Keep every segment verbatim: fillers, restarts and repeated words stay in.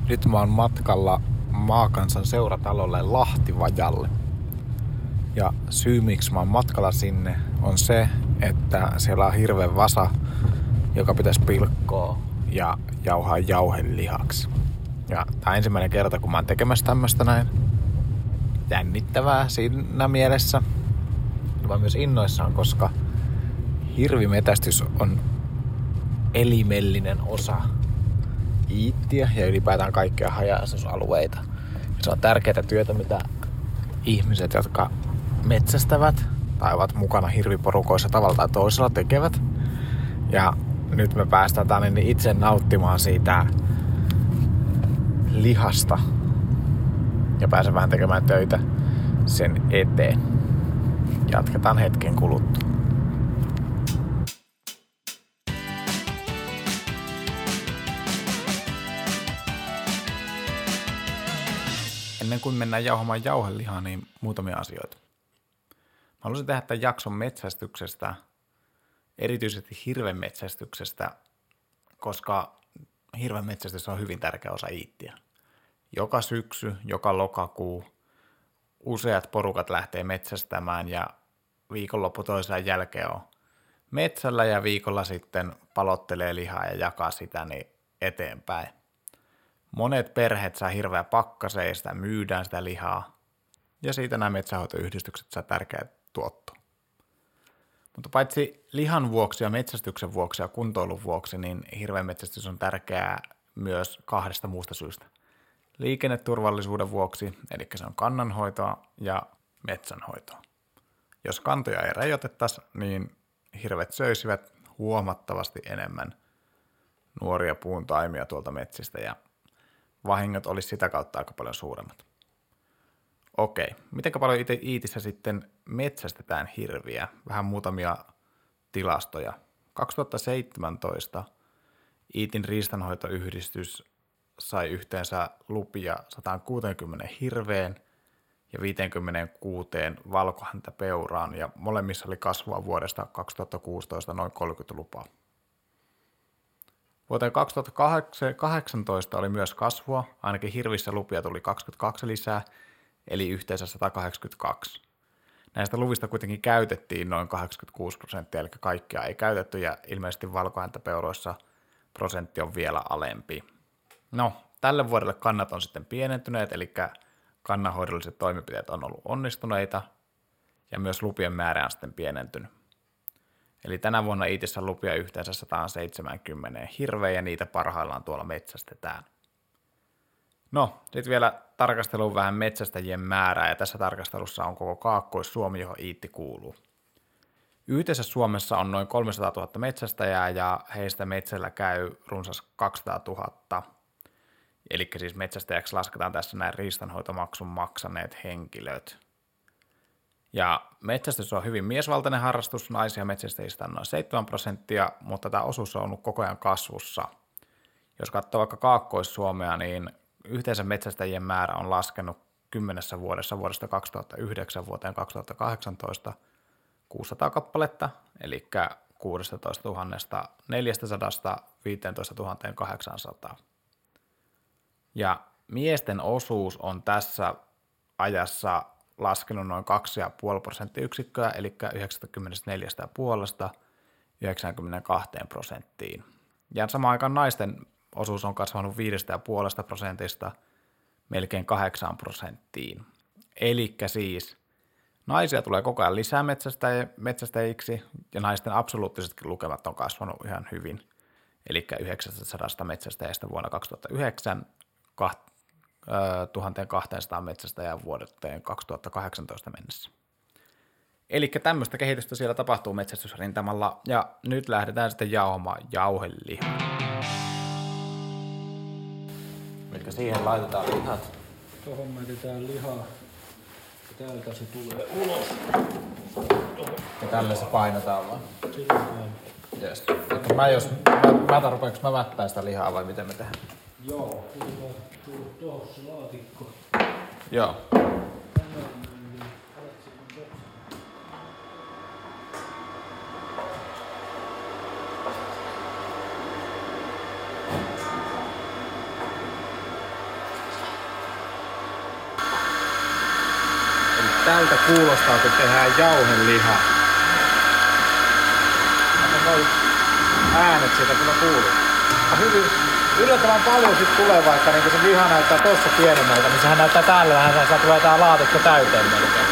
Nyt mä oon matkalla Maakansan seuratalolle Lahtivajalle. Ja syy miksi mä oon matkalla sinne on se, että siellä on hirveän vasa, joka pitäisi pilkkoa ja jauhaa jauhelihaksi. Ja tää on ensimmäinen kerta, kun mä oon tekemässä tämmöstä näin. Jännittävää siinä mielessä. Mä oon myös innoissaan, koska hirvimetästys on elimellinen osa Iittiä ja ylipäätään kaikkia haja-asutusalueita. Se on tärkeää työtä, mitä ihmiset, jotka metsästävät tai ovat mukana hirviporukoissa tavalla tai toisella tekevät. Ja nyt me päästään tänne itse nauttimaan siitä lihasta ja pääsen vähän tekemään töitä sen eteen. Jatketaan hetken kuluttua. Ennen kuin mennään jauhamaan jauhelihaa, niin muutamia asioita. Mä haluaisin tehdä tämän jakson metsästyksestä, erityisesti hirvenmetsästyksestä, koska hirvenmetsästys on hyvin tärkeä osa Iittiä. Joka syksy, joka lokakuu, useat porukat lähtee metsästämään ja viikonloppu toisen jälkeen on metsällä ja viikolla sitten palottelee lihaa ja jakaa sitä niin eteenpäin. Monet perheet saa hirveä pakkaseen ja sitä myydään sitä lihaa ja siitä nämä metsänhoitoyhdistykset saa tärkeää tuottoa. Mutta paitsi lihan vuoksi ja metsästyksen vuoksi ja kuntoilun vuoksi, niin hirvenmetsästys on tärkeää myös kahdesta muusta syystä. Liikenneturvallisuuden vuoksi, eli se on kannanhoitoa ja metsänhoitoa. Jos kantoja ei rajoitettaisi, niin hirvet söisivät huomattavasti enemmän nuoria puun taimia tuolta metsistä ja vahingot olisi sitä kautta aika paljon suuremmat. Okei, miten paljon itse Iitissä sitten metsästetään hirviä? Vähän muutamia tilastoja. kaksituhattaseitsemäntoista Iitin riistanhoitoyhdistys sai yhteensä lupia sata kuusikymmentä hirveen ja viisikymmentäkuusi valkohäntäpeuraan ja molemmissa oli kasvua vuodesta kaksituhattakuusitoista noin kolmekymmentä lupaa. Vuoteen kaksituhattakahdeksantoista oli myös kasvua, ainakin hirvissä lupia tuli kaksikymmentäkaksi lisää, eli yhteensä sata kahdeksankymmentäkaksi. Näistä luvista kuitenkin käytettiin noin kahdeksankymmentäkuusi prosenttia, eli kaikkia ei käytetty, ja ilmeisesti valkohäntäpeuroissa prosentti on vielä alempi. No, tälle vuodelle kannat on sitten pienentyneet, eli kannanhoidolliset toimenpiteet on ollut onnistuneita, ja myös lupien määrä on sitten pienentynyt. Eli tänä vuonna Iitissä lupia yhteensä sata seitsemänkymmentä hirveä ja niitä parhaillaan tuolla metsästetään. No, sitten vielä tarkasteluun vähän metsästäjien määrää ja tässä tarkastelussa on koko Kaakkois-Suomi, johon Iitti kuuluu. Yhteensä Suomessa on noin kolmesataatuhatta metsästäjää ja heistä metsällä käy runsas kaksisataatuhatta. Eli siis metsästäjäksi lasketaan tässä näin riistanhoitomaksun maksaneet henkilöt. Ja metsästys on hyvin miesvaltainen harrastus, naisia metsästäjistä on noin seitsemän prosenttia, mutta tämä osuus on ollut koko ajan kasvussa. Jos katsoo vaikka Kaakkois-Suomea, niin yhteensä metsästäjien määrä on laskenut kymmenessä vuodessa vuodesta kaksituhattayhdeksän vuoteen kaksituhattakahdeksantoista kuusisataa kappaletta, eli kuusitoistatuhatta neljäsataa viisitoistatuhatta kahdeksansataa. Ja miesten osuus on tässä ajassa laskenut noin kaksi pilkku viisi prosenttiyksikköä, eli yhdeksänkymmentäneljä pilkku viisi yhdeksänkymmentäkaksi prosenttiin. Ja samaan aikaan naisten osuus on kasvanut viisi pilkku viisi prosentista melkein kahdeksaan prosenttiin. Eli siis naisia tulee koko ajan lisää metsästäjiksi, ja naisten absoluuttisetkin lukemat on kasvanut ihan hyvin. Eli yhdeksästäsadasta metsästäjästä vuonna kaksituhattayhdeksän tuhatkaksisataa metsästäjää vuoteen kaksituhattakahdeksantoista mennessä. Eli tämmöistä kehitystä siellä tapahtuu metsästysrintamalla, ja nyt lähdetään sitten jauhamaan jauhelihaa. Mitkä siihen laitetaan lihat? Tuohon mietitään lihaa, ja täältä se tulee ulos. Ja tälle se painotaan vaan? Sillä tavalla. Yes. Mä jos, mä, mä tarpeeksi mä mättään sitä lihaa vai miten me tehdään? Joo, tullaan tuohon se laatikko. Joo. tältä kuulostaa, kun tehdään jauhelihaa. Noi äänet siitä kyllä kuuluu. Hyvin, yllättävän paljon sit tulee, vaikka niin se liha näyttää tossa pienemmältä, niin sehän näyttää täällä vähän, se tulee tää laatikko täyteen melkein.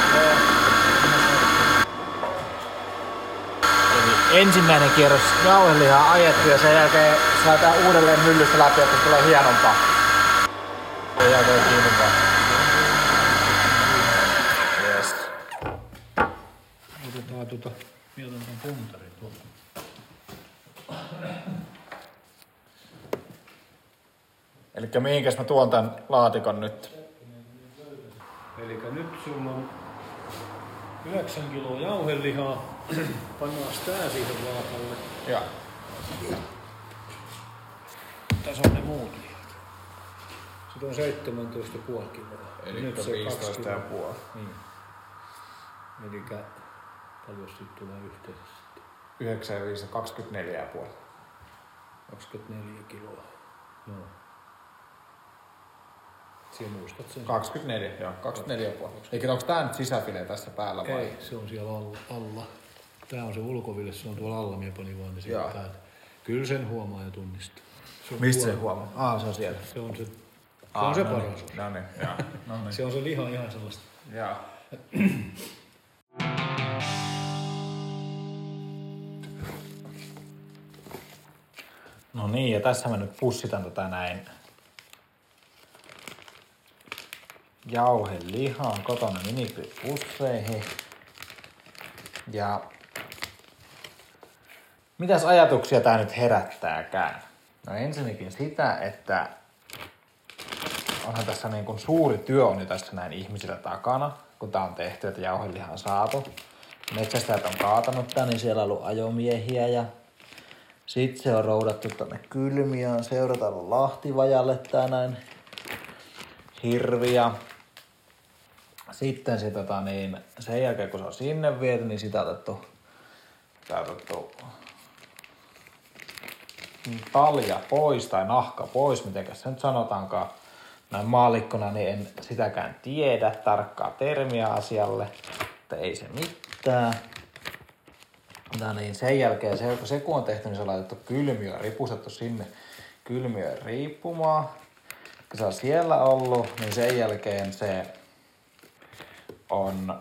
Eli ensimmäinen kierros jauhelihaa ajettu ja sen jälkeen saadaan uudelleen myllystä läpi, että se tulee hienompaa. Sen jälkeen kiinni vaan. Yes. Otetaan tuota, mietin ton puntarin tuolta. Elikkä mihinkäs mä tuon tän laatikon nyt? Elikkä nyt sulla on yhdeksän kiloa jauhelihaa. Pannaan tää siihen vaakalle. Joo. Tässä on ne muut lihat. Sitten on seitsemäntoista pilkku viisi kiloa. Eli nyt se viisitoista pilkku viisi. Niin. Elikkä paljon siitä tulee yhteensä? yhdeksän ja viisi, kaksikymmentäneljä pilkku viisi. kaksikymmentäneljä kiloa. Joo. Sinä muistat sen? kaksikymmentäneljä, joo. kaksikymmentäneljä pilkku viisi. Eikä onko tää nyt sisäfile tässä päällä vai? Ei, se on siellä alla. alla. Tää on se ulkoville, se on tuolla alla, minä panin vaan ne siitä päältä. Kyllä sen huomaa ja tunnistaa. Se mistä se huomaa? Aa, se on siellä. Se on se, se, Aa, on se no paras. Niin. No niin, joo. No niin. Se on se liha ihan sellaista. Joo. No niin, ja tässä mä nyt pussitan tätä näin jauhelihaan kotona minipusseihin. Ja mitäs ajatuksia tää nyt herättääkään? No ensinnäkin sitä, että onhan tässä niin kuin suuri työ on jo tässä näin ihmisillä takana, kun tää on tehty, että jauheliha on saatu. Metsästäjät on kaatanut tän, niin siellä on ollut ajomiehiä ja sitten se on roudattu tonne kylmiöön Seuratalon Lahtivajalle tää näin hirvi ja sitten se, tota, niin, sen jälkeen kun se on sinne viety, niin sitä on otettu, sitä on otettu talja pois tai nahka pois, mitenkäs se nyt sanotaankaan. Näin maallikkona niin en sitäkään tiedä tarkkaa termiä asialle, että ei se mitään. No niin, sen jälkeen se, se kun on tehty, niin se on laitettu kylmiöön, ripustettu sinne kylmiöön riippumaan. Kun se on siellä ollut, niin sen jälkeen se on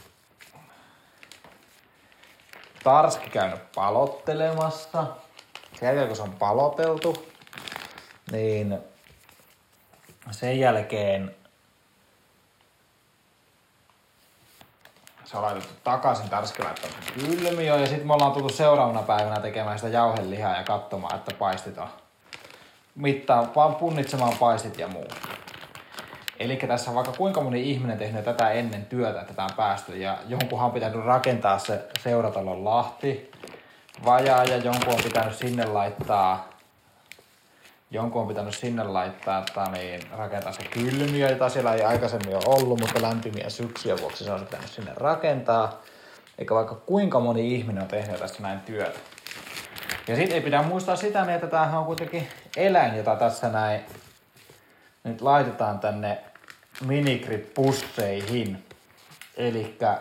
Tarski käynyt palottelemassa. Sen jälkeen kun se on paloteltu, niin sen jälkeen se on laitettu takaisin, Tarski laittanut kylmiöön ja sitten me ollaan tullut seuraavana päivänä tekemään sitä jauhelihaa ja katsomaan, että paistit on mittaan, vaan punnitsemaan paistit ja muu. Eli tässä on vaikka kuinka moni ihminen tehnyt tätä ennen työtä, että tätä on päästy ja johonkunhan on pitänyt rakentaa se Seuratalon Lahti vajaa ja jonkun on pitänyt sinne laittaa Jonkun on pitänyt sinne laittaa, että niin, rakentaa se kylmiö, jota siellä ei aikaisemmin ole ollut, mutta lämpimiä syksyjä vuoksi se on pitänyt sinne rakentaa. Eikä vaikka kuinka moni ihminen on tehnyt tässä näin työtä. Ja sitten ei pidä muistaa sitä, että tämähän on kuitenkin eläin, jota tässä näin nyt laitetaan tänne minigrip-pusseihin. Elikkä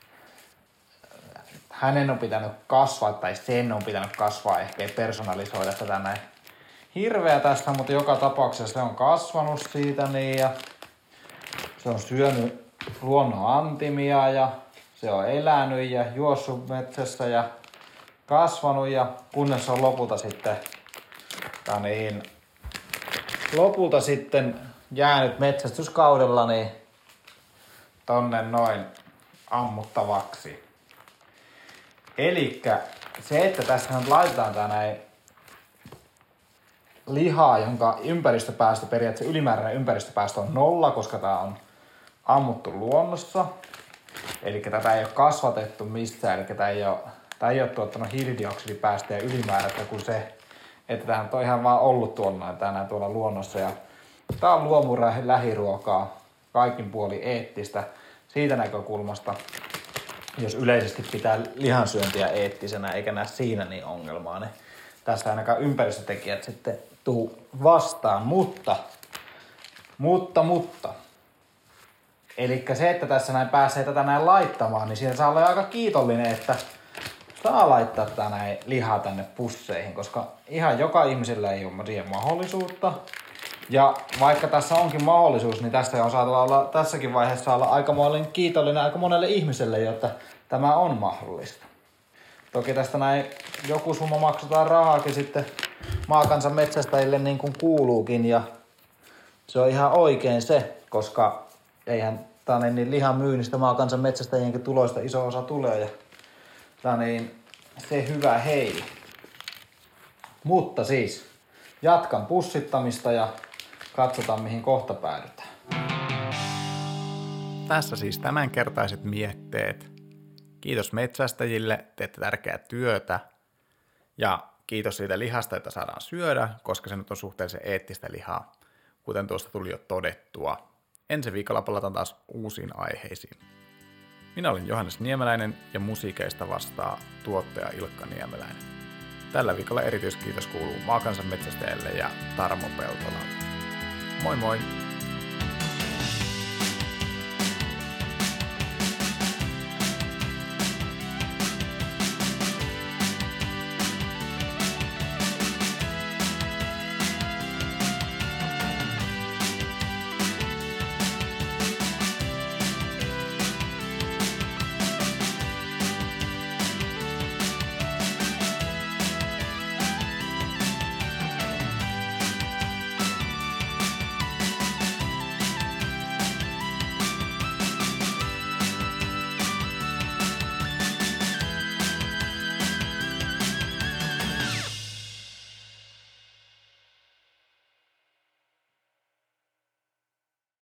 hänen on pitänyt kasvaa, tai sen on pitänyt kasvaa, ehkä ei personalisoida tätä näin hirveä tästä, mutta joka tapauksessa se on kasvanut siitä niin ja se on syönyt luonnon antimia ja se on elänyt ja juossut metsässä ja kasvanut ja kunnes on lopulta sitten niin, lopulta sitten jäänyt metsästyskaudella niin tonne noin ammuttavaksi. Elikkä se, että tässä nyt laitetaan tää näin lihaa, jonka ympäristöpäästö, periaatteessa ylimääräinen ympäristöpäästö on nolla, koska tää on ammuttu luonnossa. Eli tätä ei ole kasvatettu missään, eli tämä ei ole, tämä ei ole tuottanut hiilidioksidipäästöjä ylimääräistä kuin se, että tämähän on ihan vaan ollut tuolla, tänään tuolla luonnossa. Ja tämä on luomura lähiruokaa, kaikin puoli eettistä siitä näkökulmasta, jos yleisesti pitää lihansyöntiä eettisenä eikä näe siinä niin ongelmaa, niin tässä ainakaan ympäristötekijät sitten tuu vastaan, mutta, mutta, mutta, Eli se, että tässä näin pääsee tätä näin laittamaan, niin siinä saa olla aika kiitollinen, että saa laittaa tätä näin lihaa tänne pusseihin, koska ihan joka ihmisellä ei ole siihen mahdollisuutta. Ja vaikka tässä onkin mahdollisuus, niin tästä on saatava olla tässäkin vaiheessa olla aikamoinen kiitollinen aika monelle ihmiselle, jotta tämä on mahdollista. Toki tästä näin joku summa maksetaan rahaakin sitten maakansan metsästäjille niin kuin kuuluukin, ja se on ihan oikein se, koska eihän tää niin, niin lihan myynnistä maakansan metsästäjienkin tuloista iso osa tulee, ja tää niin se hyvä heille. Mutta siis jatkan pussittamista ja katsotaan mihin kohta päädytään. Tässä siis tämänkertaiset mietteet. Kiitos metsästäjille, teette tärkeää työtä. Ja kiitos siitä lihasta, että saadaan syödä, koska se nyt on suhteellisen eettistä lihaa, kuten tuosta tuli jo todettua. Ensi viikolla palataan taas uusiin aiheisiin. Minä olin Johannes Niemeläinen ja musiikeista vastaa tuottaja Ilkka Niemeläinen. Tällä viikolla erityiskiitos kuuluu maakansan metsästäjälle ja Tarmo Peltolalle. Moi moi!